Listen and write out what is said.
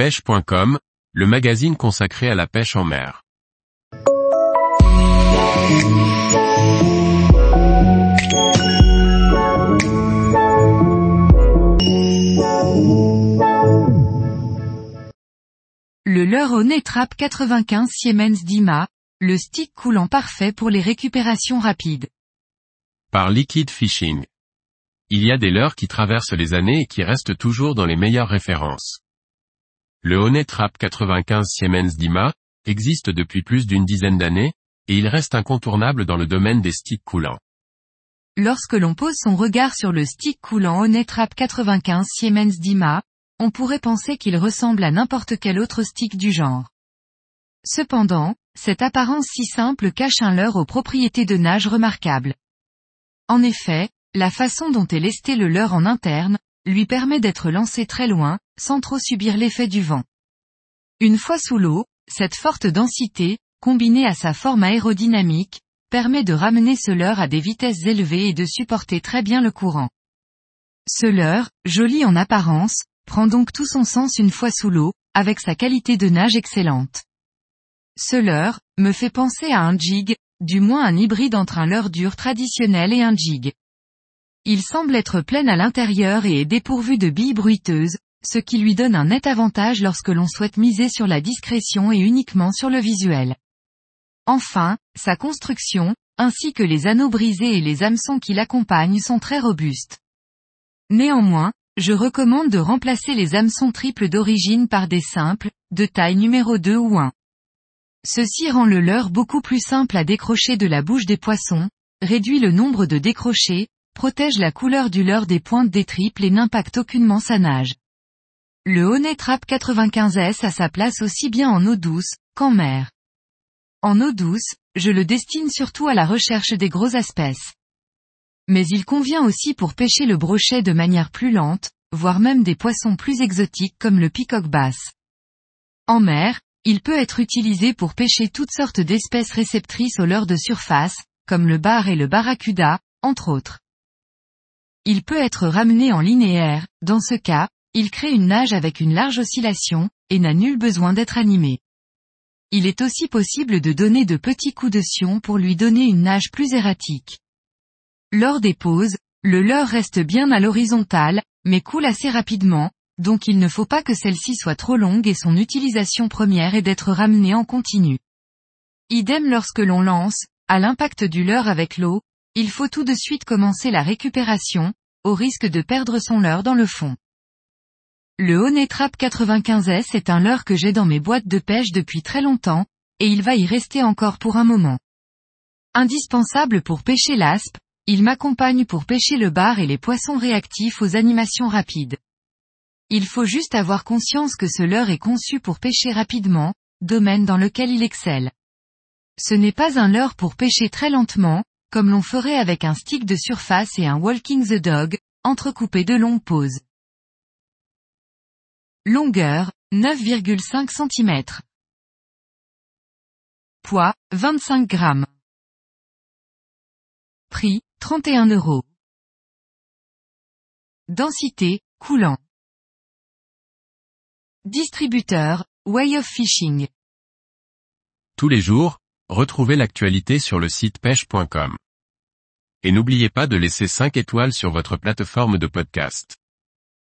pêche.com, le magazine consacré à la pêche en mer. Le leurre Honey Trap 95 Siemens Dima, le stick coulant parfait pour les récupérations rapides. Par Liquid Fishing. Il y a des leurres qui traversent les années et qui restent toujours dans les meilleures références. Le Honey Trap 95 Siemens Dima existe depuis plus d'une dizaine d'années, et il reste incontournable dans le domaine des sticks coulants. Lorsque l'on pose son regard sur le stick coulant Honey Trap 95 Siemens Dima, on pourrait penser qu'il ressemble à n'importe quel autre stick du genre. Cependant, cette apparence si simple cache un leurre aux propriétés de nage remarquables. En effet, la façon dont est lesté le leurre en interne, lui permet d'être lancé très loin, sans trop subir l'effet du vent. Une fois sous l'eau, cette forte densité, combinée à sa forme aérodynamique, permet de ramener ce leurre à des vitesses élevées et de supporter très bien le courant. Ce leurre, joli en apparence, prend donc tout son sens une fois sous l'eau, avec sa qualité de nage excellente. Ce leurre, me fait penser à un jig, du moins un hybride entre un leurre dur traditionnel et un jig. Il semble être plein à l'intérieur et est dépourvu de billes bruiteuses, ce qui lui donne un net avantage lorsque l'on souhaite miser sur la discrétion et uniquement sur le visuel. Enfin, sa construction, ainsi que les anneaux brisés et les hameçons qui l'accompagnent sont très robustes. Néanmoins, je recommande de remplacer les hameçons triples d'origine par des simples, de taille numéro 2 ou 1. Ceci rend le leurre beaucoup plus simple à décrocher de la bouche des poissons, réduit le nombre de décrochés, protège la couleur du leurre des pointes des triples et n'impacte aucunement sa nage. Le Honey Trap 95S a sa place aussi bien en eau douce, qu'en mer. En eau douce, je le destine surtout à la recherche des gros espèces. Mais il convient aussi pour pêcher le brochet de manière plus lente, voire même des poissons plus exotiques comme le peacock bass. En mer, il peut être utilisé pour pêcher toutes sortes d'espèces réceptrices au leurre de surface, comme le bar et le barracuda, entre autres. Il peut être ramené en linéaire, dans ce cas, il crée une nage avec une large oscillation, et n'a nul besoin d'être animé. Il est aussi possible de donner de petits coups de sion pour lui donner une nage plus erratique. Lors des pauses, le leurre reste bien à l'horizontale, mais coule assez rapidement, donc il ne faut pas que celle-ci soit trop longue et son utilisation première est d'être ramenée en continu. Idem lorsque l'on lance, à l'impact du leurre avec l'eau, il faut tout de suite commencer la récupération, au risque de perdre son leurre dans le fond. Le Honey Trap 95S est un leurre que j'ai dans mes boîtes de pêche depuis très longtemps, et il va y rester encore pour un moment. Indispensable pour pêcher l'aspe, il m'accompagne pour pêcher le bar et les poissons réactifs aux animations rapides. Il faut juste avoir conscience que ce leurre est conçu pour pêcher rapidement, domaine dans lequel il excelle. Ce n'est pas un leurre pour pêcher très lentement, comme l'on ferait avec un stick de surface et un Walking the Dog, entrecoupé de longues pauses. Longueur, 9,5 cm. Poids, 25 grammes. Prix, 31 €. Densité, coulant. Distributeur, Way of Fishing. Tous les jours, retrouvez l'actualité sur le site pêche.com. Et n'oubliez pas de laisser 5 étoiles sur votre plateforme de podcast.